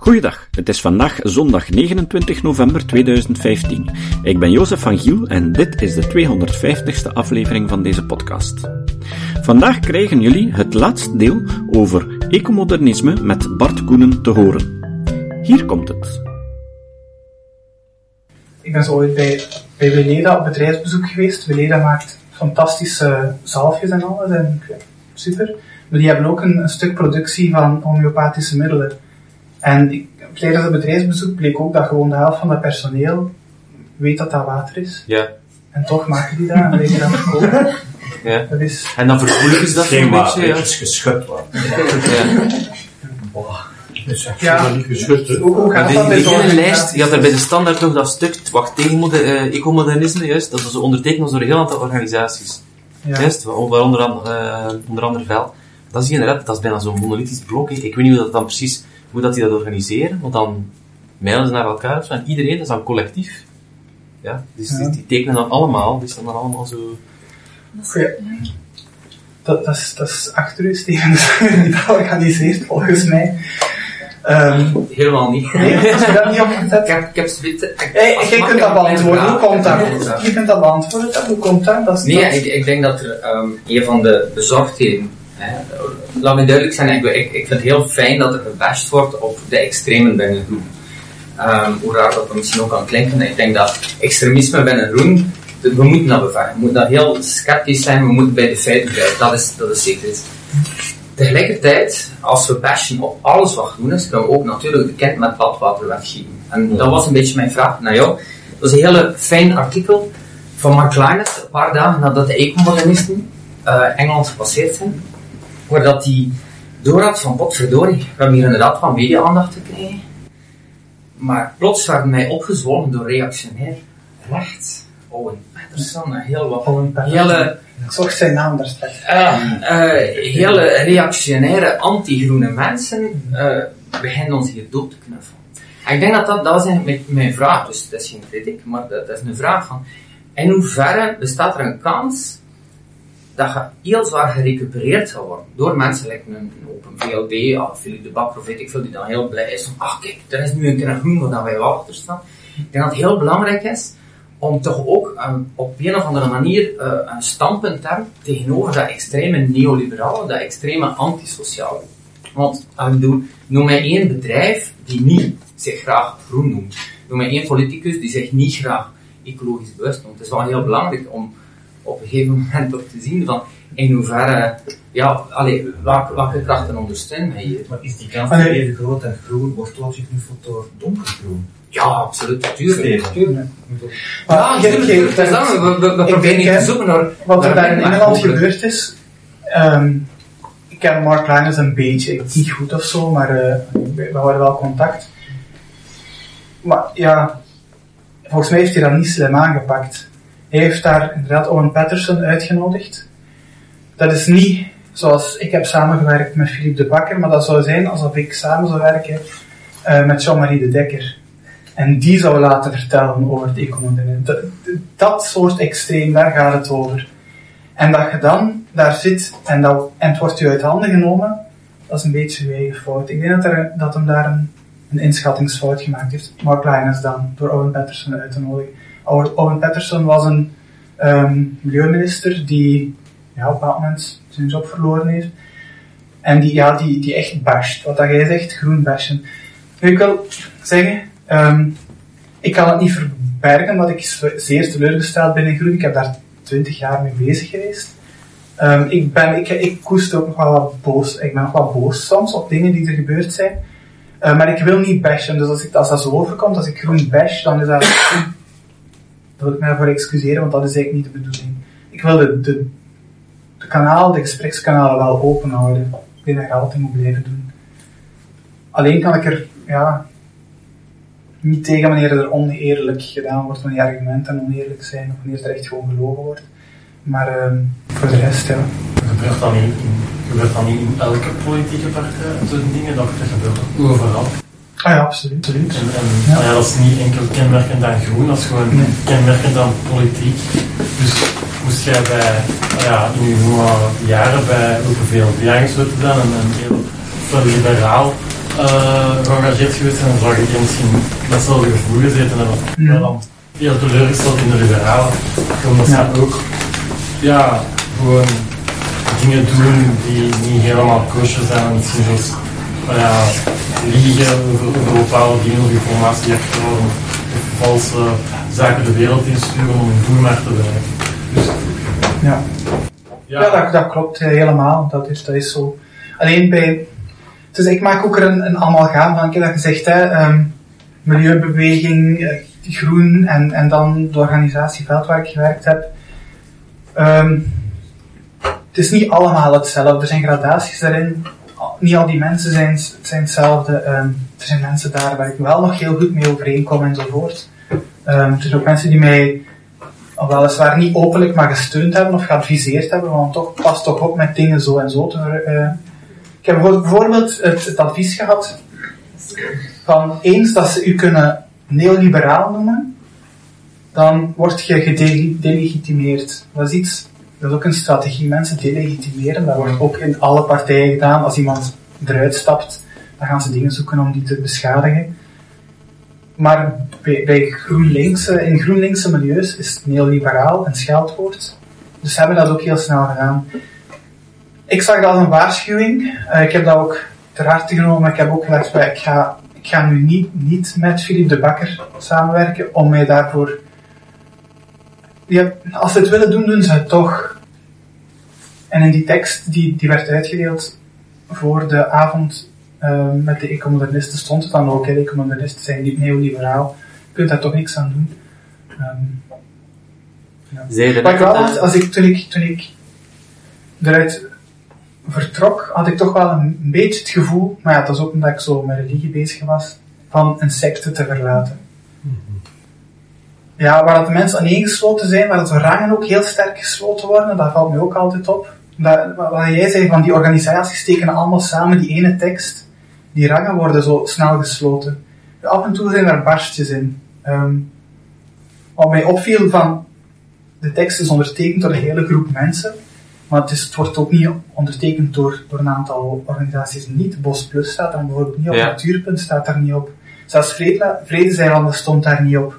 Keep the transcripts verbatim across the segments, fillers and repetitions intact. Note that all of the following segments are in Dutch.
Goeiedag, het is vandaag zondag negenentwintig november tweeduizend vijftien. Ik ben Jozef van Giel en dit is de tweehonderdvijftigste aflevering van deze podcast. Vandaag krijgen jullie het laatste deel over ecomodernisme met Bart Koenen te horen. Hier komt het. Ik ben zo ooit bij, bij Weleda op bedrijfsbezoek geweest. Weleda maakt fantastische zalfjes en alles, en super. Maar die hebben ook een, een stuk productie van homeopathische middelen. En ik, tijdens het bedrijfsbezoek bleek ook dat gewoon de helft van het personeel weet dat dat water is. Ja. En toch maken die dat en weten dat verkopen. Ja. Dat is... En dan vergoeilijken ze dat Geen een water, beetje, ja. het is geschud water. Ja. Oh, dat is echt Ja. niet geschud, hè. Hoe, hoe gaat Die, dat bij die zo'n hele lijst, organisatie? je had daar bij de standaard nog dat stuk, wacht, tegen moder, uh, ecomodernisme, juist, dat was ondertekend door een heel aantal organisaties. Ja. Juist, waaronder uh, onder andere Vel. Dat is inderdaad, dat is bijna zo'n monolithisch blok. Hè. Ik weet niet hoe dat dan precies, hoe dat die dat organiseren, want dan mailen ze naar elkaar of zo, en iedereen, dat is dan collectief. Ja, dus Ja. Die, die tekenen dan allemaal, die staan dan allemaal zo... Ja. Dat, dat, is, dat is achter u, Steven, niet georganiseerd volgens mij. Um, Helemaal niet. nee, als je dat niet opgezet. Ik heb, ik heb zoiets... Hey, jij kunt dat beantwoorden, hoe komt dat? Je kunt dat beantwoorden, hoe komt dat? dat is Nee, dat... ik, ik denk dat er um, een van de bezorgdheden... Hè, laat me duidelijk zijn, ik, ik, ik vind het heel fijn dat er gebashed wordt op de extremen binnen Groen. Um, hoe raar dat misschien ook kan klinken. Ik denk dat extremisme binnen Groen, we moeten dat bevangen. We moeten dat heel sceptisch zijn, we moeten bij de feiten blijven. Dat is, dat is zeker iets. Tegelijkertijd, als we bashen op alles wat groen is, kunnen we ook natuurlijk de kind met badwater weggieten. En dat was een beetje mijn vraag naar jou. Dat was een hele fijn artikel van Mark Lynas, een paar dagen nadat de ecomodernisten uh, Engeland gepasseerd zijn, waar dat die doorhad van potverdorie, we hebben hier inderdaad van media-aandacht te krijgen, maar plots werden mij opgezwolgen door reactionair recht. Owen Paterson, een heel wat Owen Paterson. hele... Ik zocht zijn naam daar straks. Uh, uh, hele reactionaire, anti-groene mensen uh, beginnen ons hier dood te knuffelen. En ik denk dat dat, dat was eigenlijk mijn, mijn vraag, dus dat is geen kritiek, maar dat, dat is een vraag van, in hoeverre bestaat er een kans dat je heel zwaar gerecupereerd zal worden door mensen, like een, een Open V L D, of Philippe de Bakker of weet ik veel, die dan heel blij is van, ach kijk, er is nu een keer een groen waar wij wel achter staan. Ik denk dat het heel belangrijk is om toch ook um, op een of andere manier uh, een standpunt te hebben tegenover dat extreme neoliberale, dat extreme antisociale. Want um, doe, noem mij één bedrijf die niet zich graag groen noemt. Noem mij één politicus die zich niet graag ecologisch bewust noemt. Het is wel heel belangrijk om op een gegeven moment ook te zien van in hoeverre, ja, allee, welke, welke krachten ondersteunen wij hier. Maar is die kans Ah, nee. even groot en groen wordt geknuffeld door donkergroen? Ja, absoluut, natuurlijk. Steven. Maar Ja, jij- natuurlijk, jij- het is dat, we, we, we ik proberen denk, niet hè, te zoeken naar... Wat er naar daar in naar Engeland hogere- gebeurd is, um, ik ken Mark Lynas een beetje, niet goed of zo, maar uh, we, we houden wel contact. Maar ja, volgens mij heeft hij dat niet slim aangepakt. Hij heeft daar inderdaad Owen Paterson uitgenodigd. Dat is niet zoals ik heb samengewerkt met Philippe de Bakker, maar dat zou zijn alsof ik samen zou werken uh, met Jean-Marie de Dekker. En die zou laten vertellen over het ecomodernisme. Dat, dat soort extreem, daar gaat het over. En dat je dan daar zit en, dat, en het wordt je uit handen genomen, dat is een beetje je eigen fout. Ik denk dat, er, dat hem daar een, een inschattingsfout gemaakt heeft. Mark Lynas dan, door Owen Paterson uit te nodigen. Owen Paterson was een um, milieuminister die ja, op een bepaald moment zijn job verloren heeft. En die, ja, die, die echt basht. Wat dat jij zegt, groen bashen. Nu, ik wil zeggen, um, ik kan het niet verbergen dat ik zeer teleurgesteld ben in groen. Ik heb daar twintig jaar mee bezig geweest. Um, ik ben, ik, ik koest ook nog wel wat boos. Ik ben nog wel boos soms op dingen die er gebeurd zijn. Uh, maar ik wil niet bashen. Dus als, ik, als dat zo overkomt, als ik groen bash, dan is dat... Daar wil ik mij daarvoor excuseren, want dat is eigenlijk niet de bedoeling. Ik wil de, de, de kanaal, de gesprekskanalen wel open houden. Ik denk dat je altijd moet blijven doen. Alleen kan ik er, ja... niet tegen wanneer er oneerlijk gedaan wordt, wanneer argumenten oneerlijk zijn, of wanneer er echt gewoon gelogen wordt. Maar um, voor de rest, ja. Dat gebeurt dan niet in, gebeurt dan niet in elke politieke partij, zo'n dingen, dat gebeurt ook overal. Ah ja, absoluut. absoluut. En, en Ja. ja. Ja, dat is niet enkel kenmerkend aan groen, dat is gewoon Nee. kenmerkend aan politiek. Dus moest jij bij, ja, in je jonge jaren bij Open V L D aangesloten zijn en een heel veel liberaal uh, geëngageerd geweest zijn, dan zou je misschien datzelfde gevoel gezeten hebben. Mm. Maar dan heel teleurgesteld in de liberalen. Omdat Ja. ze ook ja, gewoon dingen doen die niet helemaal kosher zijn. Misschien zoals uh, ja, liegen over, over bepaalde dingen of informatie achterhouden. Of valse zaken de wereld insturen om hun doel maar te bereiken. Dus, Ja, ja, ja dat, dat klopt eh, helemaal. Dat is, dat is zo. Alleen bij... Dus ik maak ook er een, een amalgaam van. Ik heb dat gezegd, hè. Um, milieubeweging, eh, groen en, en dan de organisatie Veld waar ik gewerkt heb. Um, het is niet allemaal hetzelfde. Er zijn gradaties daarin. Niet al die mensen zijn, zijn hetzelfde. Um, er zijn mensen daar waar ik wel nog heel goed mee overeenkom enzovoort. Um, er zijn ook mensen die mij al weliswaar niet openlijk maar gesteund hebben of geadviseerd hebben, want toch, pas toch op met dingen zo en zo te ver, uh. Ik heb bijvoorbeeld het, het advies gehad van eens dat ze u kunnen neoliberaal noemen, dan word je gedelegitimeerd. Dat is iets, dat is ook een strategie, mensen delegitimeren, dat wordt ook in alle partijen gedaan. Als iemand eruit stapt, dan gaan ze dingen zoeken om die te beschadigen. Maar bij, bij GroenLinks, in GroenLinkse milieus is neoliberaal een scheldwoord. Dus ze hebben dat ook heel snel gedaan. Ik zag dat als een waarschuwing. Uh, ik heb dat ook ter harte genomen, maar ik heb ook gezegd, ik ga, ik ga nu niet, niet met Philippe de Bakker samenwerken om mij daarvoor... Ja, als ze het willen doen, doen ze het toch. En in die tekst, die, die werd uitgedeeld voor de avond uh, met de ecomodernisten, stond het dan ook. Hè, de ecomodernisten zijn niet neoliberaal. Je kunt daar toch niks aan doen. Um, ja. Maar ik wel, als, als ik, toen ik, toen ik eruit vertrok, had ik toch wel een beetje het gevoel, maar ja, dat is ook omdat ik zo met religie bezig was, van een secte te verlaten. Mm-hmm. Ja, waar dat de mensen aaneengesloten zijn, waar dat de rangen ook heel sterk gesloten worden, dat valt me ook altijd op. Dat, wat jij zei, van die organisaties steken allemaal samen die ene tekst, die rangen worden zo snel gesloten. Af en toe zijn er barstjes in. Um, wat mij opviel van, de tekst is ondertekend door een hele groep mensen, maar het, is, het wordt ook niet ondertekend door, door een aantal organisaties niet. Bos Plus staat daar bijvoorbeeld niet op, ja. Natuurpunt staat daar niet op. Zelfs Vredeseilanden stond daar niet op.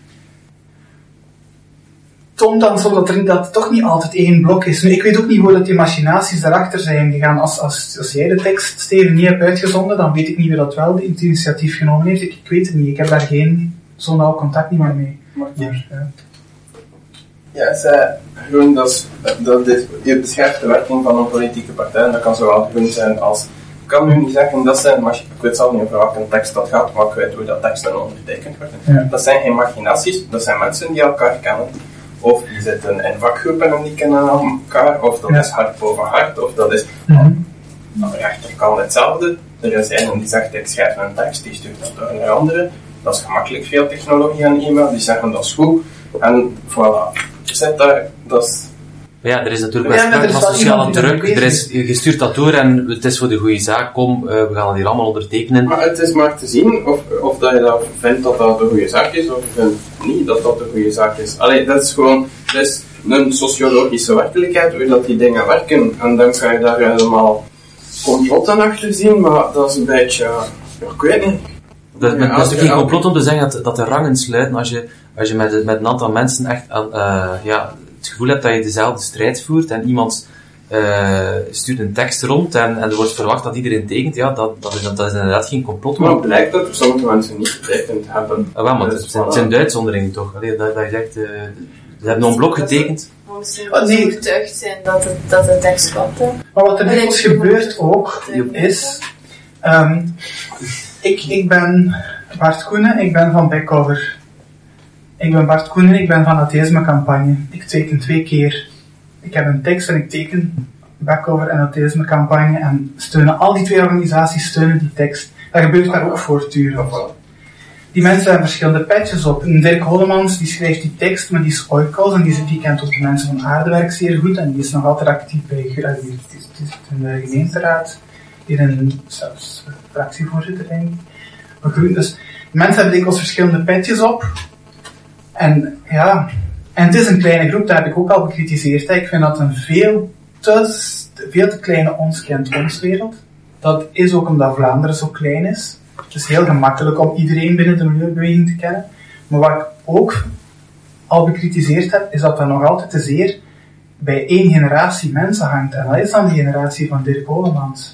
Toont dan zo dat er dat toch niet altijd één blok is. Nu, ik weet ook niet hoe dat die machinaties daarachter zijn gegaan. Als, als, als jij de tekst, Steven, niet hebt uitgezonden, dan weet ik niet wie dat wel het initiatief genomen heeft. Ik, ik weet het niet. Ik heb daar geen zo nauw contact niet meer mee. Maar, ja. Ja, zij, groen, dat, is, dat is, je beschrijft de werking van een politieke partij en dat kan zowel groen zijn als... Ik kan nu niet zeggen, dat zijn, ik weet zelf niet over welke tekst dat gaat, maar ik weet hoe dat teksten ondertekend worden. Ja. Dat zijn geen machinaties, dat zijn mensen die elkaar kennen. Of die zitten in vakgroepen en die kennen elkaar, of dat ja. is hart boven hart, of dat is... Mm-hmm. Aan de rechterkant hetzelfde. Er is een die zegt, ik schrijf een tekst, die stuurt dat door naar andere. Dat is gemakkelijk veel technologie en e-mail, die zeggen dat is goed. En voilà. Zet daar, dat is... Ja, er is natuurlijk wel sprake van sociale druk. Er is, je stuurt dat door en het is voor de goede zaak. Kom, uh, we gaan het hier allemaal ondertekenen. Maar het is maar te zien of, of dat je dat vindt dat dat de goede zaak is, of je vindt niet dat dat de goede zaak is. Allee, dat is gewoon, dat is een sociologische werkelijkheid, hoe dat die dingen werken. En dan kan je daar helemaal complot aan achter zien, maar dat is een beetje, ja, ik weet niet. Dat, ja, dat is natuurlijk geen complot om te zeggen dat, dat de rangen sluiten als je, als je met, met een aantal mensen echt aan, uh, ja, het gevoel hebt dat je dezelfde strijd voert en iemand uh, stuurt een tekst rond en, en er wordt verwacht dat iedereen tekent, ja, dat, dat, is, dat is inderdaad geen complot. Maar het blijkt dat er sommige mensen niet getekend hebben. Ah, wel, maar het, het zijn de uitzonderingen toch? Allee, dat, dat je zegt, uh, ze hebben nog een blok getekend. Oh, nee. Overtuigd zijn dat het, dat de tekst klopt. Maar wat er dikwijls gebeurt ook, is... Um, ik, ik ben Bart Koenen, ik ben van Backcover. Ik ben Bart Koenen, ik ben van Atheïsme Campagne. Ik teken twee keer. Ik heb een tekst en ik teken Backcover en Atheïsme Campagne en steunen, al die twee organisaties steunen die tekst. Dat gebeurt daar ook voortdurend. Die mensen hebben verschillende patches op. En Dirk Hollemans die schrijft die tekst, maar die is oikos en die, die kent ook de mensen van Aardewerk zeer goed en die is nog altijd actief bij in de gemeenteraad. Hier in zelfs fractievoorzitter, denk ik. Maar goed, dus mensen hebben dikwijls verschillende petjes op. En ja, en het is een kleine groep, dat heb ik ook al bekritiseerd. Hè. Ik vind dat een veel te, veel te kleine ons kent ons wereld. Dat is ook omdat Vlaanderen zo klein is. Het is heel gemakkelijk om iedereen binnen de milieubeweging te kennen. Maar wat ik ook al bekritiseerd heb, is dat dat nog altijd te zeer bij één generatie mensen hangt. En dat is dan die generatie van Dirk Olemans.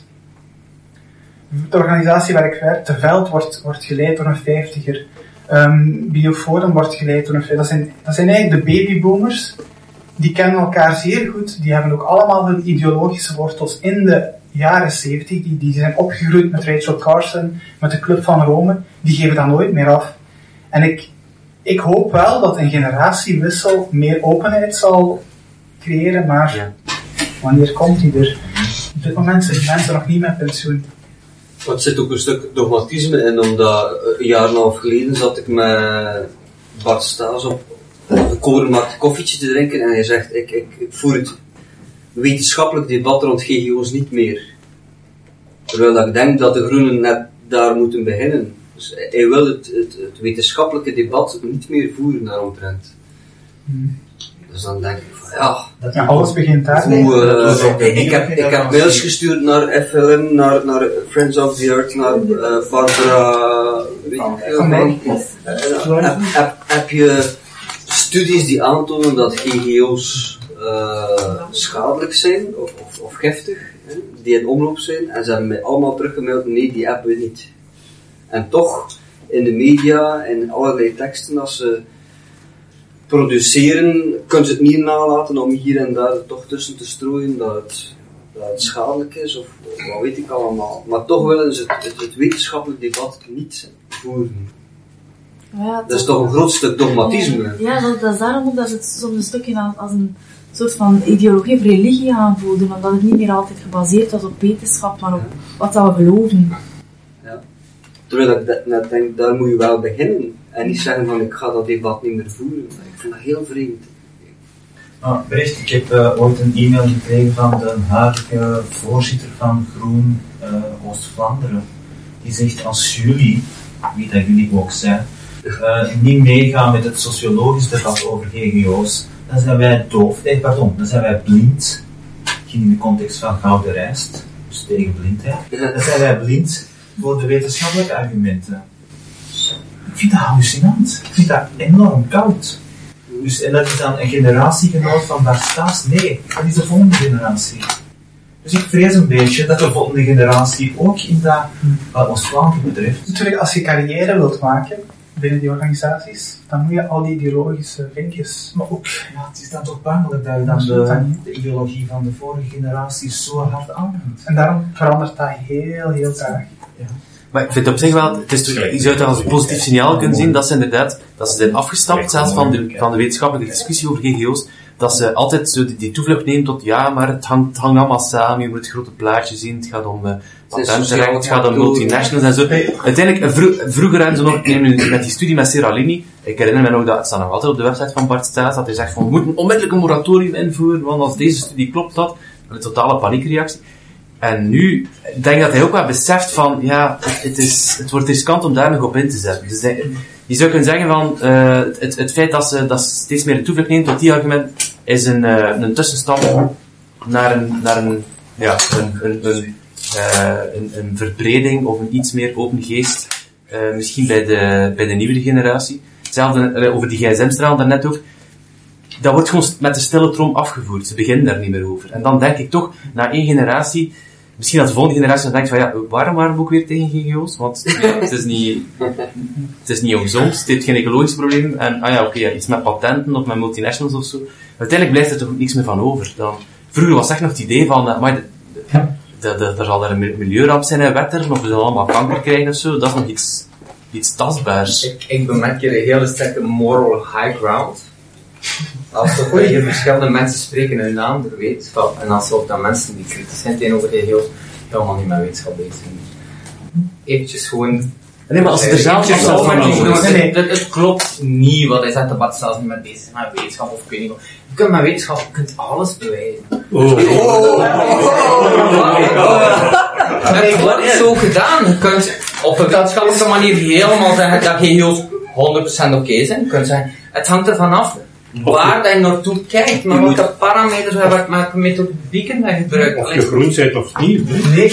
De organisatie waar ik werk, De Veld, wordt, wordt geleid door een vijftiger. Um, Bioforum wordt geleid door een vijftiger. Dat zijn, dat zijn eigenlijk de babyboomers. Die kennen elkaar zeer goed. Die hebben ook allemaal hun ideologische wortels in de jaren zeventig. Die, die zijn opgegroeid met Rachel Carson, met de Club van Rome. Die geven dat nooit meer af. En ik, ik hoop wel dat een generatiewissel meer openheid zal creëren, maar ja. Wanneer komt die er? Op dit moment zijn mensen nog niet met pensioen. Het zit ook een stuk dogmatisme in, omdat een jaar en een half geleden zat ik met Bart Staes op een korenmarkt koffietje te drinken en hij zegt, ik, ik, ik voer het wetenschappelijk debat rond G G O's niet meer. Terwijl ik denk dat de groenen net daar moeten beginnen. Dus hij wil het, het, het wetenschappelijke debat niet meer voeren daaromtrent. Hmm. Dus dan denk ik van ja, dat ja alles begint daar. Hoe, uh, ik heb, ik heb mails gestuurd naar F L M, naar, naar Friends of the Earth, naar uh, Barbara. Van mij. Heb, heb je studies die aantonen dat G G O's uh, schadelijk zijn of, of, of giftig, hè, die in omloop zijn? En ze hebben mij allemaal teruggemaild, nee, die hebben we niet. En toch, in de media en allerlei teksten, als ze produceren, kunnen ze het niet nalaten om hier en daar toch tussen te strooien dat het, dat het schadelijk is, of, of wat weet ik allemaal. Maar toch willen ze het, het, het wetenschappelijk debat niet voeren. Ja, dat is toch een groot stuk dogmatisme. Ja, dat, dat is daarom ook dat het soms een stukje als, als een soort van ideologie of religie aanvoelde, omdat het niet meer altijd gebaseerd was op wetenschap, maar op wat dat we geloven. Ja. Terwijl ik net denk, daar moet je wel beginnen. En niet zeggen van, ik ga dat debat niet meer voeren. Ik vind dat heel vreemd. Ah, Brecht, ik heb uh, ooit een e-mail gekregen van de huidige voorzitter van Groen uh, Oost-Vlaanderen. Die zegt, als jullie, wie dat jullie ook zijn, uh, niet meegaan met het sociologisch debat over G G O's, dan zijn wij doof, nee pardon, dan zijn wij blind. In de context van Gouden Rijst, dus tegen blindheid. Dan zijn wij blind voor de wetenschappelijke argumenten. Ik vind dat hallucinant. Ik vind dat enorm koud. Dus, en dat is dan een generatiegenoot van Bart Staes? Nee, dat is de volgende generatie. Dus ik vrees een beetje dat de volgende generatie ook in dat, wat Oost-Vlaanderen betreft... Natuurlijk, als je carrière wilt maken binnen die organisaties, dan moet je al die ideologische vinkjes... Maar ook, ja, het is dan toch pijnlijk dat je dan de, de ideologie van de vorige generatie zo hard aanneemt. En daarom verandert dat heel, heel traag. Ja. Maar ik vind het op zich wel, het is toch, je zou het als een positief signaal kunnen zien, dat ze inderdaad, dat ze zijn afgestapt, zelfs van de, van de wetenschappelijke discussie over G G O's, dat ze altijd zo die, die toevlucht nemen tot, ja, maar het hangt, het hangt allemaal samen, je moet het grote plaatje zien, het gaat om uh, patentrecht, het gaat om multinationals en zo. Uiteindelijk, vro vroeger hadden ze nog, met die studie met Seralini, ik herinner me nog dat, het staat nog altijd op de website van Bart Staes, dat hij zegt van, we moeten onmiddellijk een moratorium invoeren, want als deze studie klopt dat, een totale paniekreactie. En nu, ik denk dat hij ook wel beseft van, ja, het, is, het wordt riskant om daar nog op in te zetten. Dus hij, je zou kunnen zeggen van, uh, het, het feit dat ze, dat ze steeds meer de toevlucht neemt tot die argument, is een, uh, een tussenstap naar een, naar een, ja, een, een, een, uh, een, een verbreding of een iets meer open geest, uh, misschien bij de, bij de nieuwere generatie. Hetzelfde uh, over die G S M-straal daarnet ook. Dat wordt gewoon met de stille trom afgevoerd. Ze beginnen daar niet meer over. En dan denk ik toch, na één generatie, misschien dat de volgende generatie dan denkt van, ja, waarom waren we ook weer tegen G G O's? Want ja, het is niet, het is niet ongezond, het heeft geen ecologisch probleem. En, ah ja, oké, okay, ja, iets met patenten of met multinationals of zo. Uiteindelijk blijft er toch ook niks meer van over. Dan, vroeger was echt nog het idee van, uh, maar er zal er een milieuramp zijn in Wetteren, of we zullen allemaal kanker krijgen of zo. Dat is nog iets, iets tastbaars. Ik, ik bemerk hier een hele sterke moral high ground. Als toch hier verschillende mensen spreken in een ander wetenschap, en als ook dat mensen die kritisch zijn tegenover G G O's helemaal niet met wetenschap bezig zijn. Eventjes gewoon... Nee, maar als het er zelf is, nee, het, het klopt niet wat hij zegt, de Bart zelfs niet met bezig met wetenschap of ik weet niet wat. Je kunt met wetenschap, je kunt alles bewijzen. Oh. Het wordt zo gedaan. Je kunt op een wetenschappelijke manier helemaal zeggen dat G G O's honderd procent oké zijn. Je kunt zeggen, het hangt ervan af waar dat je naartoe kijkt, maar welke parameters en welke methodieken dat je gebruikt. Of je groen bent of niet. Nee.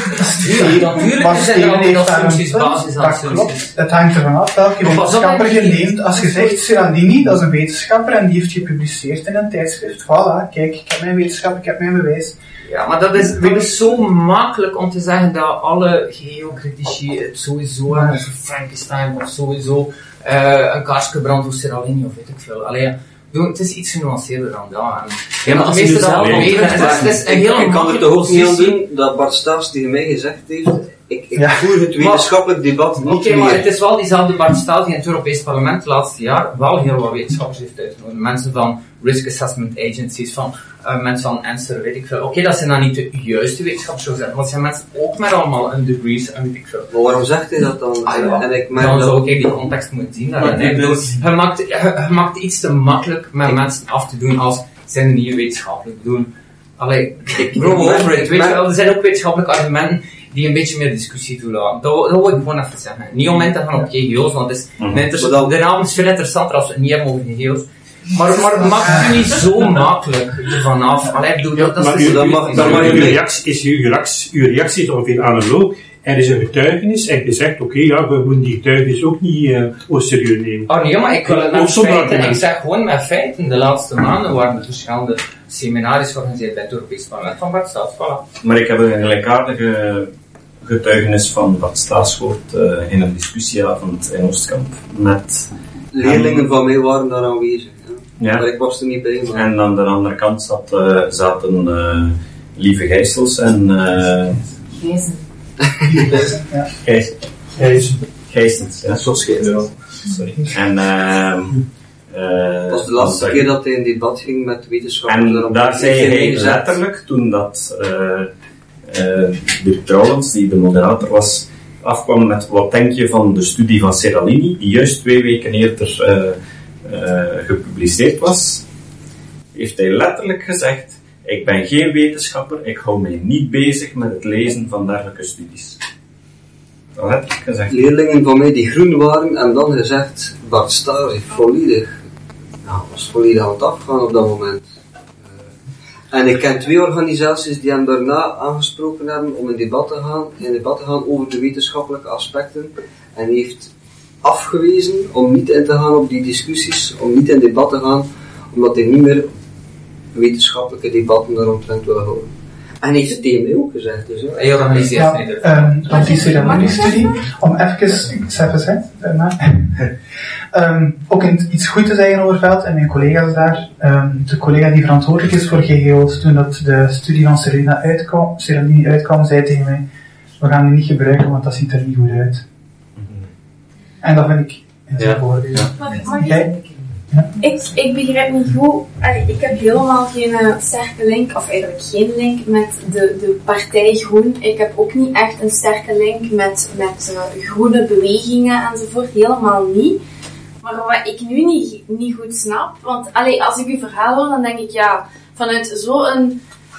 Ja, natuurlijk zijn er al dat functies, basis aan functies. Klopt, het hangt ervan af welke wetenschapper je neemt. Als je zegt, Seraldini, dat is een wetenschapper en die heeft gepubliceerd in een tijdschrift. Voilà, kijk, ik heb mijn wetenschap, ik heb mijn bewijs. Ja, maar dat is, dat is zo makkelijk om te zeggen dat alle geocritici het sowieso hebben, of Frankenstein, of sowieso uh, een kaarsje brand voor Seraldini, of weet ik veel. Allee, het is iets genuanceerder dan dat. Ja, maar als je zelf het is een hele ik kan er toch ook niet aan doen dat Bart Staes tegen mij gezegd heeft, ik, ik ja. voer het wetenschappelijk debat niet Oké, meer. maar het is wel diezelfde Bart Staes die in het Europees Parlement het laatste jaar wel heel wat wetenschappers heeft uitgenodigd. Mensen van risk assessment agencies, van uh, mensen van Ensor, weet ik veel. Oké, okay, dat zijn dan niet de juiste wetenschappers, zo zeggen, maar het zijn mensen ook met allemaal een degrees en weet ik veel. Maar waarom zegt hij dat dan? Ah, ja. En ik dan zou ik die context moeten zien. Dat je, dus... je, maakt, je, je maakt iets te makkelijk met mensen af te doen als zijn er niet wetenschappelijk doen. Allee, bro, over it. Weet je wel, er zijn ook wetenschappelijke argumenten die een beetje meer discussie toelaten. Dat, dat wil ik gewoon even zeggen. Niet om in te gaan op G G O's, want het is mm-hmm. inter- de naam is veel interessanter als we het niet hebben over G G O's. Maar, maar het maakt u niet zo makkelijk ervan af. Allee, bedoel, dat, dat is... Dan mag, dan mag uw reactie, is uw reactie, uw reactie is ongeveer analoog. Er is een getuigenis en je zegt, oké, okay, ja, we moeten die getuigenis ook niet uh, op serieus nemen. Oh nee, maar ik wil het met feiten. Ik zeg gewoon met feiten. De laatste maanden waren er verschillende seminaries georganiseerd bij het Europees Parlement van Bart Staes. Voilà. Maar ik heb een gelijkaardige getuigenis van Bart Staes gehoord uh, in een discussieavond in Oostkamp met... Leerlingen um, van mij waren daar aanwezig. Ja. Ja. Maar ik was er niet bij. Maar... En aan de andere kant zat, uh, zaten uh, Lieve Gijsels en... Uh, Gijzen. Ja. Gijzen. Gijsens, ja. Zo scheelt wel. Sorry. En... Uh, uh, het was de laatste keer dat hij in debat ging met wetenschappers. En daar zei hij letterlijk, toen dat uh, uh, Dirk Trouwens, die de moderator was, afkwam met wat denk je van de studie van Seraldini, die juist twee weken eerder uh, uh, gepubliceerd was, heeft hij letterlijk gezegd, ik ben geen wetenschapper, ik hou mij niet bezig met het lezen van dergelijke studies. Letterlijk gezegd. Leerlingen van mij die groen waren en dan gezegd, Bart Staes heeft volledig, nou, was volledig aan het afgaan op dat moment. Uh, en ik ken twee organisaties die hem daarna aangesproken hebben om in debat te gaan, in debat te gaan over de wetenschappelijke aspecten en heeft afgewezen om niet in te gaan op die discussies, om niet in debat te gaan, omdat hij niet meer wetenschappelijke debatten daaromtrent wil houden. En heeft het tegen mij ook gezegd, dus. Hij organiseert ja, niet. Um, dat die Seraldini-studie, om even, ik zeg even zeggen, daarna, um, ook in iets goed te zeggen over Veld en mijn collega's daar, um, de collega die verantwoordelijk is voor G G O's, toen dat de studie van Seraldini uitkwam, Seraldini uitkwam, zei tegen mij, we gaan die niet gebruiken, want dat ziet er niet goed uit. Mm-hmm. En dat vind ik in zijn voordeel. Ja. Ja. Ik, ik begrijp niet hoe, allee, ik heb helemaal geen uh, sterke link, of eigenlijk geen link met de, de partij Groen. Ik heb ook niet echt een sterke link met, met uh, groene bewegingen enzovoort, helemaal niet. Maar wat ik nu niet, niet goed snap, want allee, als ik uw verhaal hoor, dan denk ik ja, vanuit zo'n,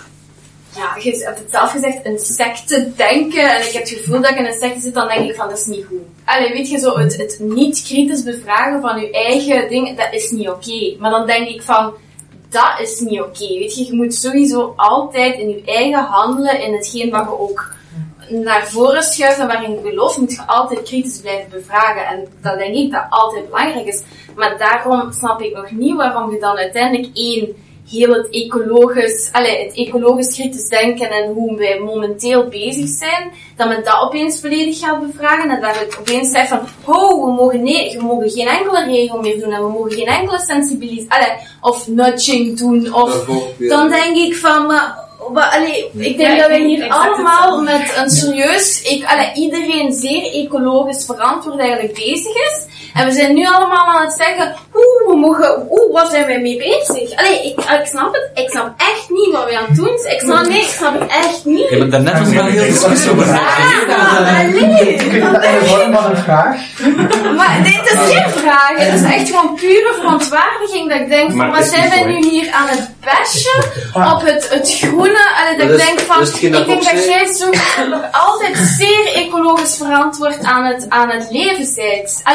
ja, je hebt het zelf gezegd, een secte denken, en ik heb het gevoel dat ik in een secte zit, dan denk ik van, dat is niet goed. Allee, weet je, zo het, het niet kritisch bevragen van je eigen ding, dat is niet oké. Okay. Maar dan denk ik van, dat is niet oké. Okay. Weet je, je moet sowieso altijd in je eigen handelen, in hetgeen wat je ook naar voren schuift en waarin je gelooft, moet je altijd kritisch blijven bevragen. En dat denk ik dat altijd belangrijk is. Maar daarom snap ik nog niet waarom je dan uiteindelijk één, heel het ecologisch, allez, het ecologisch kritisch denken en hoe wij momenteel bezig zijn, dat men dat opeens volledig gaat bevragen en dat het opeens zegt van, oh, we mogen nee, we mogen geen enkele regel meer doen en we mogen geen enkele sensibilisatie, of nudging doen, of, dan denk ik van, maar, maar allee, ik denk ja, dat wij hier allemaal met een serieus, ik, allee, iedereen zeer ecologisch verantwoord eigenlijk bezig is. En we zijn nu allemaal aan het zeggen, oeh, we mogen, oeh, wat zijn wij mee bezig? Allee, ik, ik snap het, ik snap echt niet wat wij aan het doen zijn. Ik snap, nee, ik snap het echt niet. Je bent daar net als wel heel discussie over. Ja, allee. Kun je dat in de vorm van een vraag? Maar nee, het is geen vraag. Het is echt gewoon pure verontwaardiging dat ik denk van, wat zijn wij nu hier aan het bashen op het, het groene? Allee, dat ik denk van, ik denk dat jij zo nog altijd zeer ecologisch verantwoord aan het, aan het leven bent. Allee, denk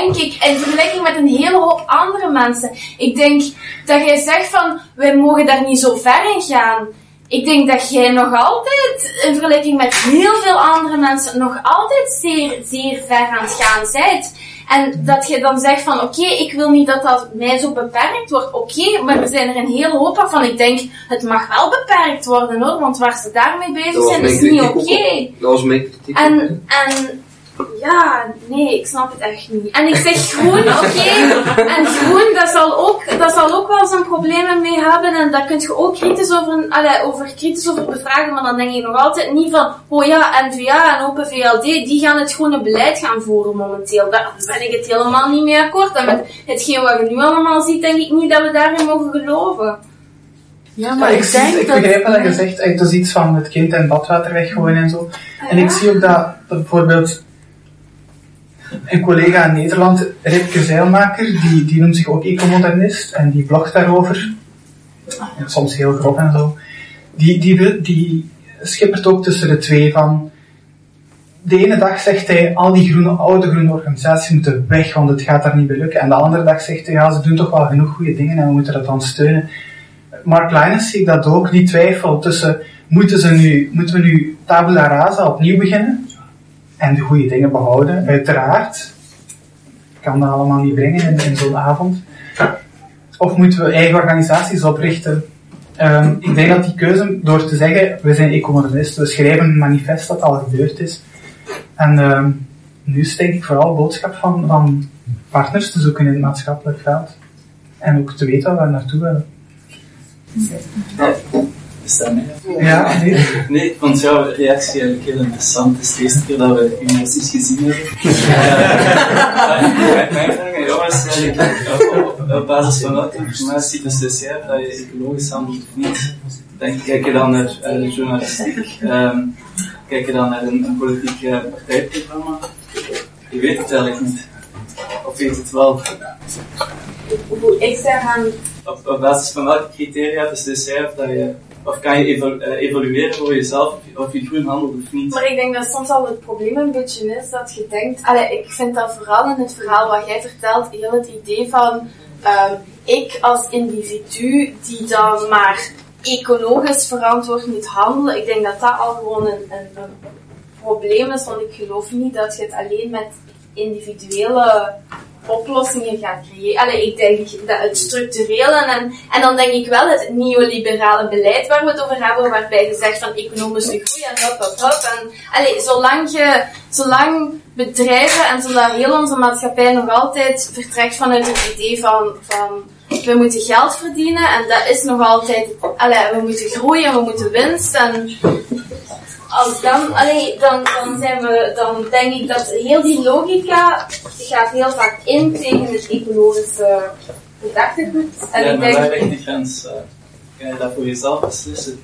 denk ik, in vergelijking met een hele hoop andere mensen, ik denk dat jij zegt van, wij mogen daar niet zo ver in gaan. Ik denk dat jij nog altijd, in vergelijking met heel veel andere mensen, nog altijd zeer, zeer ver aan het gaan bent. En dat je dan zegt van, oké, okay, ik wil niet dat dat mij zo beperkt wordt. Oké, okay, maar er zijn er een hele hoop waarvan ik denk, het mag wel beperkt worden hoor, want waar ze daarmee bezig zijn is niet oké. Okay. Dat was mijn kritiek. En, en, ja, nee, ik snap het echt niet. En ik zeg groen, oké, okay, en groen, dat zal ook, dat zal ook wel zijn problemen mee hebben, en daar kun je ook kritisch over, allee, over kritisch over bevragen, maar dan denk ik nog altijd niet van, oh ja, N V A en Open V L D, die gaan het groene beleid gaan voeren momenteel. Daar ben ik het helemaal niet mee akkoord. En met hetgeen wat je nu allemaal ziet, denk ik niet dat we daarin mogen geloven. Ja, maar ja, ik, ik, denk zie, ik begrijp wel dat je zegt, het is iets van het kind en badwater weggooien en zo. En ja. Ik zie ook dat, dat bijvoorbeeld een collega in Nederland, Ripke Zeilmaker, die, die noemt zich ook ecomodernist en die blogt daarover. Ja, soms heel grof en zo. Die, die, die schippert ook tussen de twee van, de ene dag zegt hij, al die groene, oude groene organisaties moeten weg, want het gaat daar niet bij lukken. En de andere dag zegt hij, ja, ze doen toch wel genoeg goede dingen en we moeten dat dan steunen. Mark Lyons zie ik dat ook, die twijfel tussen, moeten, ze nu, moeten we nu tabula rasa opnieuw beginnen? En de goede dingen behouden, uiteraard. Ik kan dat allemaal niet brengen in, in zo'n avond. Of moeten we eigen organisaties oprichten? Um, ik denk dat die keuze, door te zeggen, we zijn ecomodernisten, we schrijven een manifest dat al gebeurd is. En um, nu is denk ik vooral boodschap van, van partners te zoeken in het maatschappelijk veld. En ook te weten waar we naartoe willen. Ja. Is dat mee? Ja, nee. Nee, ik vond jouw reactie eigenlijk heel interessant. Het is de eerste keer dat we emoties gezien hebben. uh, mijn vraag aan jou is eigenlijk, op, op basis van welke informatie beslis jij dat je ecologisch handelt of niet? Denk, kijk je dan naar uh, de journalistiek? Um, kijk je dan naar een, een politiek uh, partijprogramma? Je weet het eigenlijk niet. Of weet het wel? Hoe ik daaraan... Op, op basis van welke criteria beslis jij of dat je... Of kan je evolu- uh, evalueren voor jezelf of je groen handelt of niet? Maar ik denk dat soms al het probleem een beetje is dat je denkt... Allee, ik vind dat vooral in het verhaal wat jij vertelt, heel het idee van... Um, ik als individu die dan maar ecologisch verantwoord moet handelen. Ik denk dat dat al gewoon een, een, een probleem is, want ik geloof niet dat je het alleen met individuele oplossingen gaat creëren. Allee, ik denk dat het structurele en, en dan denk ik wel het neoliberale beleid waar we het over hebben, waarbij je zegt van economische groei en hop, hop, hop. En, allee, zolang je, zolang bedrijven en zolang heel onze maatschappij nog altijd vertrekt vanuit het idee van, van we moeten geld verdienen en dat is nog altijd, allee, we moeten groeien, we moeten winst en als dan, allee, dan, dan zijn we, dan denk ik dat heel die logica gaat heel vaak in tegen het ecologische gedachtegoed. En ja, ik maar denk, waar ligt die grens? Uh, kan je dat voor jezelf beslissen?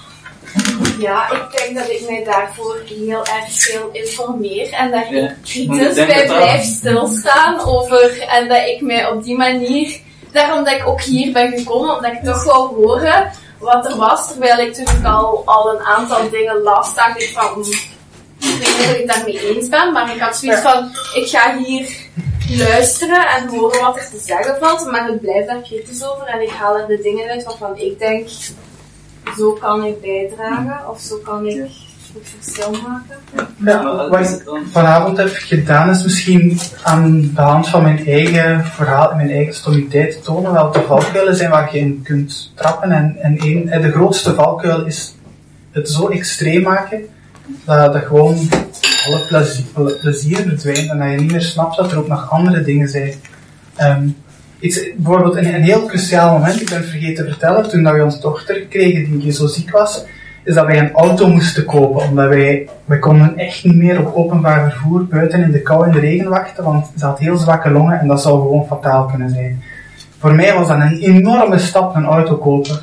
Ja, ik denk dat ik mij daarvoor heel erg veel informeer en dat ja. ik kritisch bij blijf stilstaan over en dat ik mij op die manier, daarom dat ik ook hier ben gekomen, omdat ik toch wou horen wat er was, terwijl ik toen ik al, al een aantal dingen las, dacht ik van, ik weet niet of ik daarmee eens ben, maar ik had zoiets van, ik ga hier luisteren en horen wat er te zeggen valt, maar ik blijf daar kritisch over en ik haal er de dingen uit waarvan ik denk, zo kan ik bijdragen, of zo kan ik het verschil maken. Ja, wat ik vanavond heb gedaan is misschien aan de hand van mijn eigen verhaal en mijn eigen stomiteit te tonen welke valkuilen zijn waar je in kunt trappen. En, en, een, en de grootste valkuil is het zo extreem maken dat, dat gewoon alle plezier, plezier verdwijnt en dat je niet meer snapt dat er ook nog andere dingen zijn. Um, iets, bijvoorbeeld een, een heel cruciaal moment, ik ben vergeten te vertellen, toen dat we onze dochter kregen die, die zo ziek was, is dat wij een auto moesten kopen, omdat wij, wij konden echt niet meer op openbaar vervoer buiten in de kou en de regen wachten, want ze had heel zwakke longen en dat zou gewoon fataal kunnen zijn. Voor mij was dat een enorme stap, een auto kopen.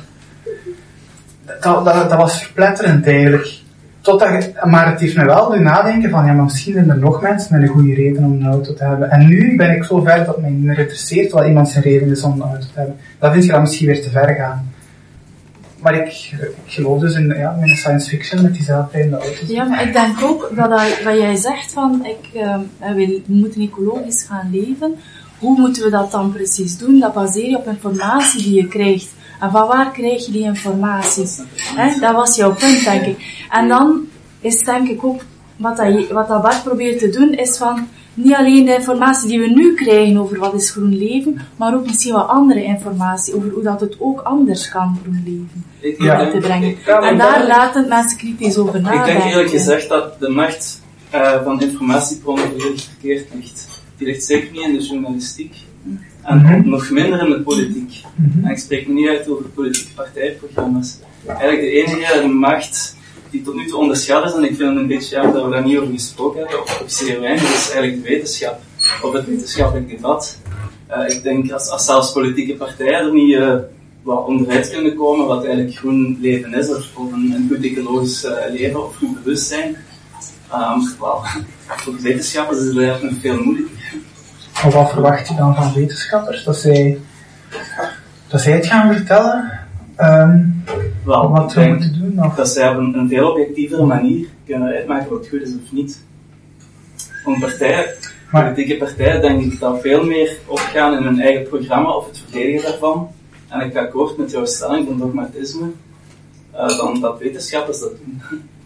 Dat, dat, dat was verpletterend eigenlijk. Totdat, maar het heeft me wel doen nadenken van, ja, maar misschien zijn er nog mensen met een goede reden om een auto te hebben. En nu ben ik zo ver dat mij niet meer interesseert wat iemand zijn reden is om een auto te hebben. Dat vind je dan misschien weer te ver gaan. maar ik, ik geloof dus in, ja, in science fiction met die zelfrijdende auto's. Ja, maar ik denk ook dat, dat wat jij zegt van, ik, uh, we moeten ecologisch gaan leven. Hoe moeten we dat dan precies doen? Dat baseer je op informatie die je krijgt. En van waar krijg je die informatie? He, dat was jouw punt, denk ik. En dan is denk ik ook, wat dat, wat dat Bart probeert te doen, is van, niet alleen de informatie die we nu krijgen over wat is groen leven, maar ook misschien wat andere informatie over hoe dat het ook anders kan groen leven. Ja. Te brengen. Ja, en daar dat, laten mensen kritisch over nadenken. Ik denk eerlijk gezegd dat de macht uh, van informatiebronnen volledig verkeerd ligt. Die ligt zeker niet in de journalistiek. En mm-hmm. nog minder in de politiek. Mm-hmm. En ik spreek me niet uit over politieke partijprogramma's. Eigenlijk de enige macht die tot nu toe onderschat is, en ik vind het een beetje jammer dat we daar niet over gesproken hebben, op, op zeer weinig, dat is eigenlijk de wetenschap. Of het wetenschappelijk debat. Uh, ik denk, als, als zelfs politieke partijen er niet uh, wat onderuit kunnen komen, wat eigenlijk groen leven is, of, of een, een goed ecologisch uh, leven, of goed bewustzijn, um, well, voor de wetenschappers is het eigenlijk nog veel moeilijker. Maar wat verwacht je dan van wetenschappers? Dat zij, dat zij het gaan vertellen? Um, Wel, wat we moeten doen? Of? Dat zij op een, een veel objectievere manier kunnen uitmaken wat goed is of niet. Van partijen, maar, politieke partijen, denk ik dat veel meer opgaan in hun eigen programma of het verdedigen daarvan. En ik ga akkoord met jouw stelling van dogmatisme, uh, dan dat wetenschappers dat doen.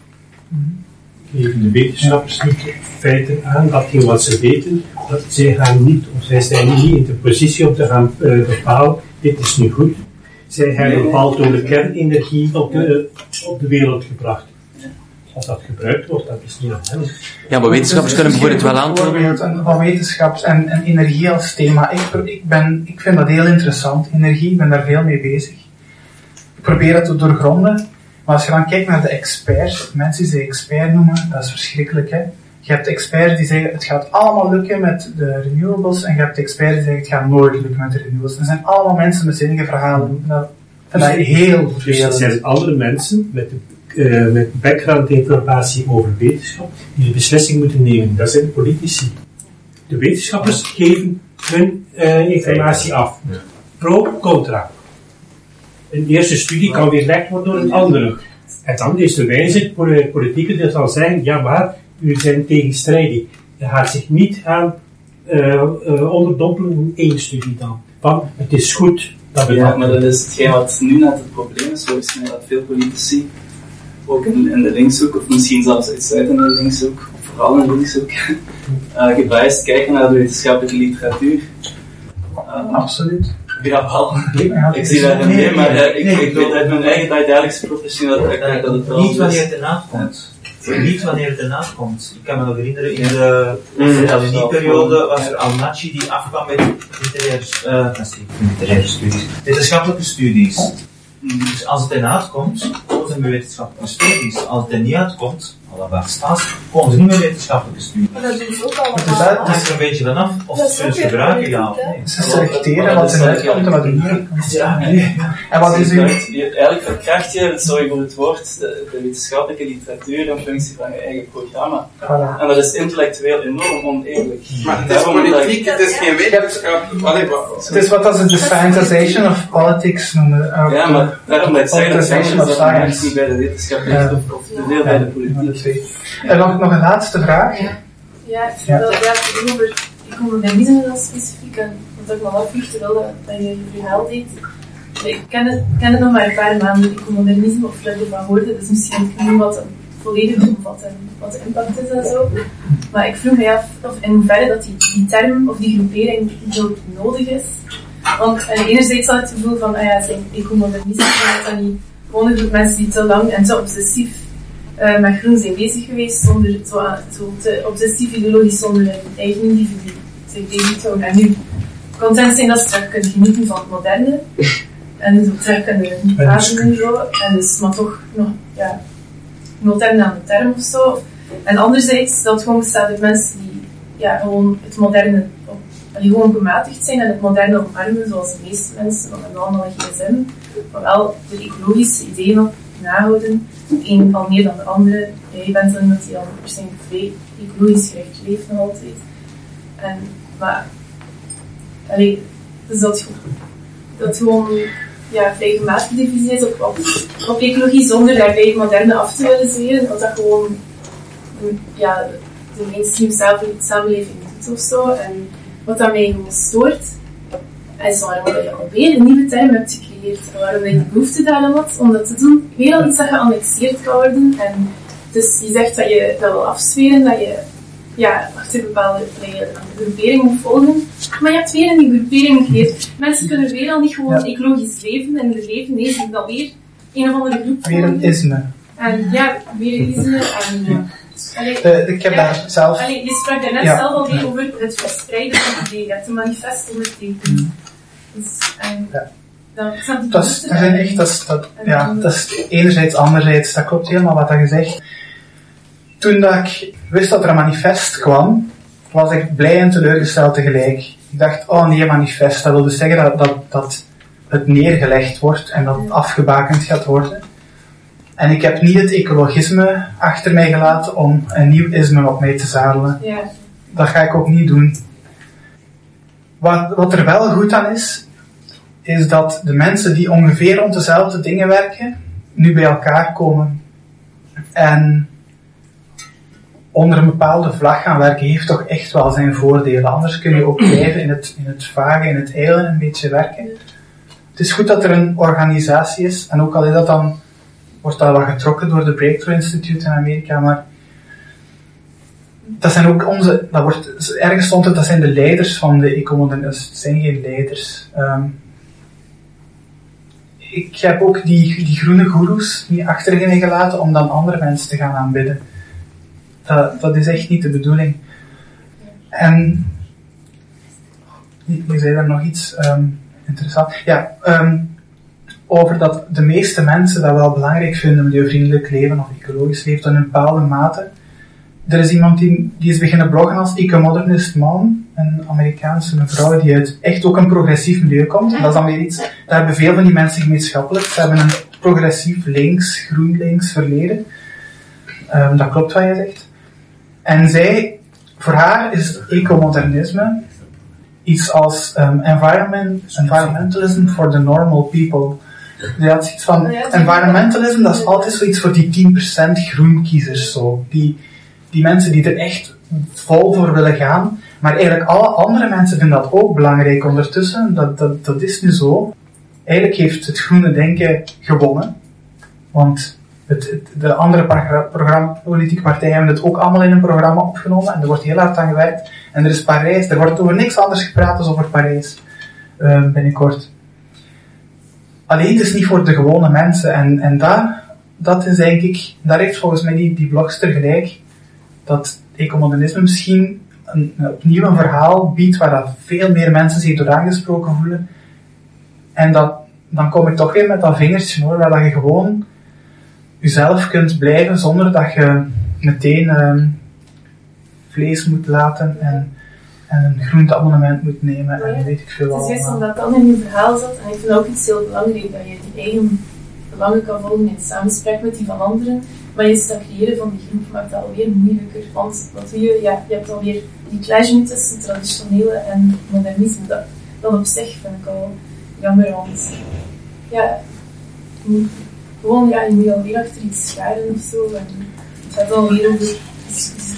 Geven de wetenschappers niet feiten aan datgene wat ze weten, dat zij gaan niet, of zij zijn niet in de positie om te gaan uh, bepalen, dit is nu goed. Zij hebben bepaald door de kernenergie op de, op de wereld gebracht. Als dat gebruikt wordt, dat is niet aan hen. Ja, maar wetenschappers kunnen bijvoorbeeld wel antwoorden. Van wetenschaps en, en energie als thema. Ik, ik, ben, ik vind dat heel interessant, energie, ik ben daar veel mee bezig. Ik probeer dat te doorgronden. Maar als je dan kijkt naar de experts, mensen die ze expert noemen, dat is verschrikkelijk, hè. Je hebt experts die zeggen, het gaat allemaal lukken met de renewables, en je hebt experts die zeggen, het gaat nooit lukken met de renewables. Er zijn allemaal mensen met zinnige verhalen. Dat vind ik heel vervelend. Dus er zijn andere mensen met, uh, met background-informatie over wetenschap, die de beslissing moeten nemen. Dat zijn de politici. De wetenschappers geven hun uh, informatie af. Pro, contra. Een eerste studie kan weerlegd worden door een andere. En dan is de wijze voor de politieke die zal zeggen, ja maar, u zijn tegenstrijdig. Je gaat zich niet gaan uh, uh, onderdompelen in één studie dan. Want het is goed dat we ja, dat maar dat is hetgeen wat nu net het probleem is, volgens mij, dat veel politici, ook in, in de linkshoek, of misschien zelfs uitsluitend in de linkshoek, of vooral in de linkshoek, uh, gebiased kijken naar de wetenschappelijke literatuur. Uh, Absoluut. Ja, wel. Ik zie dat niet meer, maar uh, ik, ik weet uit mijn eigen dagelijkse professionele praktijk dat het wel niet wanneer het ernaast komt. Niet wanneer het ernaast komt. Ik kan me nog herinneren, in de L N I-periode was er Al-Nachi die afkwam met literaire, uh, literaire studies, wetenschappelijke studies. Dus als het ernaast komt, komen ze met wetenschappelijke studies. Als het er niet uitkomt, al waar staat, komen ze niet met wetenschappelijke studies. Maar dat doen ze ook allemaal. Dus dat hangt er een beetje vanaf of ze het kunnen gebruiken, ja of nee. Ze selecteren wat eruit komt en wat er niet komt. Ja, nee. En wat is u? Eigenlijk verkracht je, sorry voor het woord, de, de wetenschappelijke literatuur in functie van je eigen programma. Voilà. En dat is intellectueel enorm oneerlijk. Maar het is politiek, het is geen wetenschap. Het is wat ze de scientization of politics noemen. Ja, maar daarom dat ik zeg dat het niet bij de wetenschap ligt of, of de deel bij de politiek. En nog, nog een laatste vraag. Ja, ja ik wil ja. ja, over economisme dan specifiek, en wat ik me afvroeg terwijl dat, dat je je verhaal deed. Ik ken het, ken het nog maar een paar maanden, economisme, of dat je ervan hoorde, dus misschien niet wat een volledig omvat en wat de impact is en zo. Maar ik vroeg me af of in hoeverre dat die, die term of die groepering zo nodig is. Want uh, enerzijds had ik het gevoel van, ah ja, zijn economisme, dat dat niet gewoon een groep mensen die te lang en zo obsessief Uh, met groen zijn bezig geweest, zonder, zo, uh, zo te obsessief ideologisch zonder hun eigen individu zich bezig te houden. En nu content zijn dat ze terug kunnen genieten van het moderne en zo terug kunnen praten en zo, en dus maar toch nog ja, modern aan de term of zo. En anderzijds dat het gewoon bestaat uit mensen die ja, gewoon het moderne, die gewoon gematigd zijn en het moderne omarmen, zoals de meeste mensen, want we hebben allemaal een gsm, maar wel de ecologische ideeën nahouden. De een al meer dan de andere. Ja, je bent dan dat die al waarschijnlijk vrij ecologisch gericht leeft nog altijd. En, maar, allee, dus dat, dat gewoon ja, vrij gematigde visie is op, op, op ecologie, zonder daarbij moderne af te willen zweren, dat dat gewoon ja, de mainstream samenleving doet of zo. En wat dat mij gewoon stoort, is waarom je alweer een nieuwe term hebt gecreëerd. Waarom je de behoefte daaraan had om dat te doen. Weer al iets dat geannexeerd kan worden. En dus je zegt dat je dat wil afzweren, dat je ja, achter bepaalde groeperingen moet volgen. Maar je hebt weer een nieuwe groepering gecreëerd. Mensen kunnen weer al niet gewoon ja. ecologisch leven en leven. Nee, ze moeten dan weer een of andere groep volgen. Weer een isme. En ja, weer een isme. En, ja. Allee, uh, ik heb ja, daar zelf... Allee, je sprak daarnet ja. zelf alweer over het verspreiden van ideeën. Je hebt een manifest ondertekend. Mm. Dus, en, ja. dan, dat is, dat zijn echt, dat is, dat, ja, dat is enerzijds, anderzijds, dat klopt helemaal wat je zegt. Toen dat ik wist dat er een manifest kwam, was ik blij en teleurgesteld tegelijk. Ik dacht, oh nee, manifest, dat wil dus zeggen dat, dat, dat het neergelegd wordt en dat het afgebakend gaat worden. En ik heb niet het ecologisme achter mij gelaten om een nieuw isme op mij te zadelen. Ja. Dat ga ik ook niet doen. Wat, wat er wel goed aan is, is dat de mensen die ongeveer rond dezelfde dingen werken, nu bij elkaar komen. En onder een bepaalde vlag gaan werken heeft toch echt wel zijn voordelen. Anders kun je ook blijven in het, in het vage, in het eilen een beetje werken. Het is goed dat er een organisatie is, en ook al is dat dan, wordt dat wat getrokken door de Breakthrough Institute in Amerika, maar dat zijn ook onze, dat wordt, ergens stond het, dat zijn de leiders van de ecomodernisme, het zijn geen leiders. Um, ik heb ook die, die groene goeroes niet achterin gelaten om dan andere mensen te gaan aanbidden. Dat, dat is echt niet de bedoeling. En je, je zei daar nog iets um, interessant. Ja, um, over dat de meeste mensen dat wel belangrijk vinden, milieuvriendelijk leven of ecologisch leven, tot een bepaalde mate. Er is iemand die, die is beginnen bloggen als Ecomodernist Mom, een Amerikaanse mevrouw die uit echt ook een progressief milieu komt. En dat is dan weer iets, daar hebben veel van die mensen gemeenschappelijk. Ze hebben een progressief links, groen-links verleden. Um, dat klopt wat je zegt. En zij, voor haar is het ecomodernisme iets als um, environment, environmentalism for the normal people. Zij had zoiets van, environmentalism, dat is altijd zoiets voor die tien procent groenkiezers, zo. Die, die mensen die er echt vol voor willen gaan. Maar eigenlijk alle andere mensen vinden dat ook belangrijk ondertussen. Dat, dat, dat is nu zo. Eigenlijk heeft het groene denken gewonnen. Want het, het, de andere programma, politieke partijen hebben het ook allemaal in een programma opgenomen. En er wordt heel hard aan gewerkt. En er is Parijs. Er wordt over niks anders gepraat dan over Parijs. Uh, binnenkort. Alleen het is niet voor de gewone mensen. En, en daar, dat is denk ik, daar heeft volgens mij die, die blogster gelijk. Dat ecomodernisme misschien een, opnieuw een verhaal biedt waar dat veel meer mensen zich door aangesproken voelen. En dat, dan kom ik toch weer met dat vingertje hoor, waar dat je gewoon jezelf kunt blijven zonder dat je meteen um, vlees moet laten en, en een groenteabonnement moet nemen ja, en weet ik veel wat. Het is juist omdat dat in je verhaal zat en ik vind ook iets heel belangrijk dat je die eigen belangen kan volgen in samenspraak met die van anderen. Maar je stagneren van die groep maakt dat alweer moeilijker. Want wat doe je? Ja, je hebt alweer die clash tussen traditionele en modernisme. Dat, dat op zich vind ik al jammer, want ja, je moet, gewoon, ja, je moet je alweer achter iets scharen of zo. En het gaat alweer over discussie.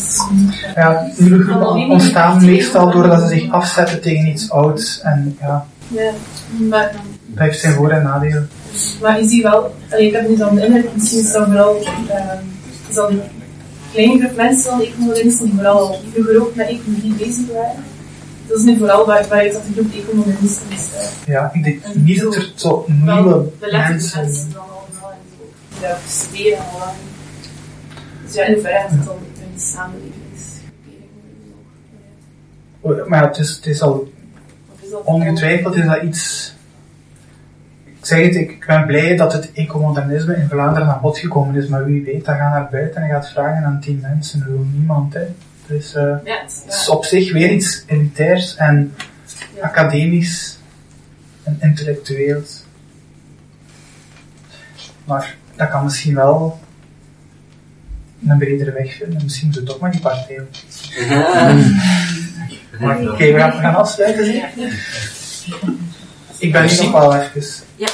Ja, nieuwe groepen ontstaan meestal doordat ze zich afzetten tegen iets ouds. En ja, ja maar, dat heeft zijn voor- en nadelen. Maar je ziet wel, allee, ik heb nu dan de indruk, misschien is dat vooral, uh, is dat een kleine groep mensen van ecomodernisten die vooral vroeger ook met ecologie bezig waren. Dat is nu vooral waar, waaruit dat de groep ecomodernisten bestaat. Ja, ik denk en niet dat er zo nieuwe de mensen... mensen dan allemaal en zo, die daar studeren al lang. Dus ja, in hoeverre gaat het dan in de samenlevingsgroepering nog? Maar ja, het is, het is al ongetwijfeld is dat iets... Ik zeg het, ik ben blij dat het ecomodernisme in Vlaanderen aan bod gekomen is, maar wie weet, dat gaat naar buiten en gaat vragen aan tien mensen, wil niemand, hè. Dus, uh, ja, het, het is op zich weer iets elitairs en ja. academisch en intellectueels. Maar dat kan misschien wel een bredere weg vinden, misschien zo toch maar die partij. Oké, okay, we, we gaan afsluiten, zie. Ik ben hier nog wel even. Ja.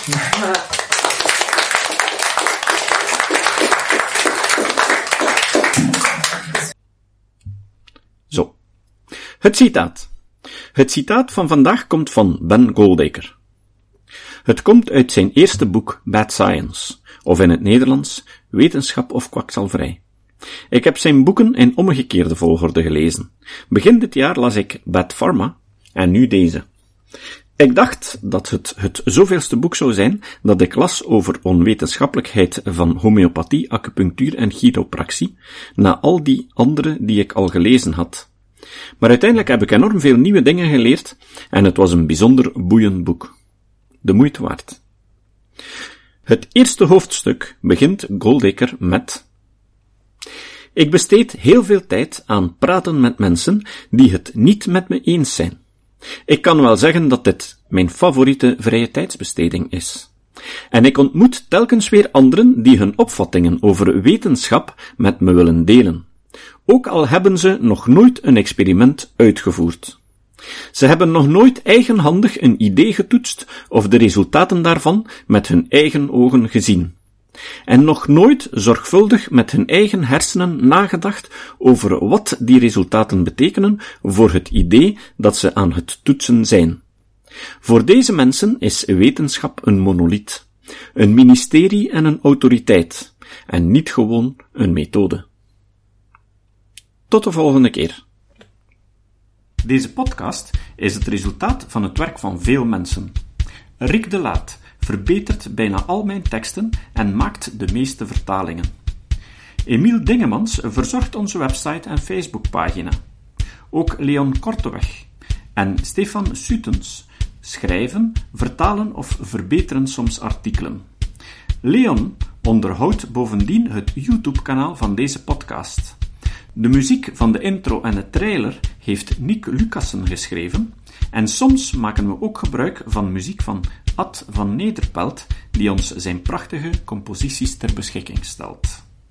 Zo. Het citaat. Het citaat van vandaag komt van Ben Goldacre. Het komt uit zijn eerste boek Bad Science, of in het Nederlands Wetenschap of kwakzalverij. Ik heb zijn boeken in omgekeerde volgorde gelezen. Begin dit jaar las ik Bad Pharma en nu deze. Ik dacht dat het het zoveelste boek zou zijn dat ik las over onwetenschappelijkheid van homeopathie, acupunctuur en chiropractie, na al die andere die ik al gelezen had. Maar uiteindelijk heb ik enorm veel nieuwe dingen geleerd en het was een bijzonder boeiend boek. De moeite waard. Het eerste hoofdstuk begint Goldacre met: ik besteed heel veel tijd aan praten met mensen die het niet met me eens zijn. Ik kan wel zeggen dat dit mijn favoriete vrije tijdsbesteding is. En ik ontmoet telkens weer anderen die hun opvattingen over wetenschap met me willen delen. Ook al hebben ze nog nooit een experiment uitgevoerd. Ze hebben nog nooit eigenhandig een idee getoetst of de resultaten daarvan met hun eigen ogen gezien. En nog nooit zorgvuldig met hun eigen hersenen nagedacht over wat die resultaten betekenen voor het idee dat ze aan het toetsen zijn. Voor deze mensen is wetenschap een monoliet, een ministerie en een autoriteit, en niet gewoon een methode. Tot de volgende keer. Deze podcast is het resultaat van het werk van veel mensen. Rick de Laat verbetert bijna al mijn teksten en maakt de meeste vertalingen. Emiel Dingemans verzorgt onze website en Facebookpagina. Ook Leon Korteweg en Stefan Sutens schrijven, vertalen of verbeteren soms artikelen. Leon onderhoudt bovendien het YouTube-kanaal van deze podcast. De muziek van de intro en de trailer heeft Nick Lucassen geschreven en soms maken we ook gebruik van muziek van Ad van Nederpelt, die ons zijn prachtige composities ter beschikking stelt.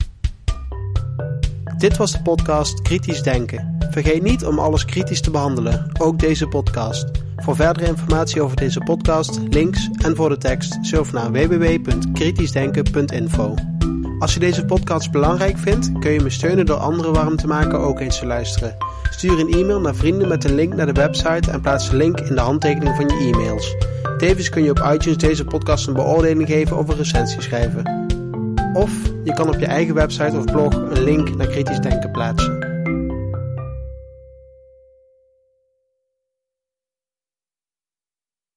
Dit was de podcast Kritisch Denken. Vergeet niet om alles kritisch te behandelen, ook deze podcast. Voor verdere informatie over deze podcast, links en voor de tekst, surf naar w w w punt kritisch denken punt info. Als je deze podcast belangrijk vindt, kun je me steunen door anderen warm te maken ook eens te luisteren. Stuur een e-mail naar vrienden met een link naar de website en plaats de link in de handtekening van je e-mails. Tevens kun je op iTunes deze podcast een beoordeling geven of een recensie schrijven. Of je kan op je eigen website of blog een link naar Kritisch Denken plaatsen.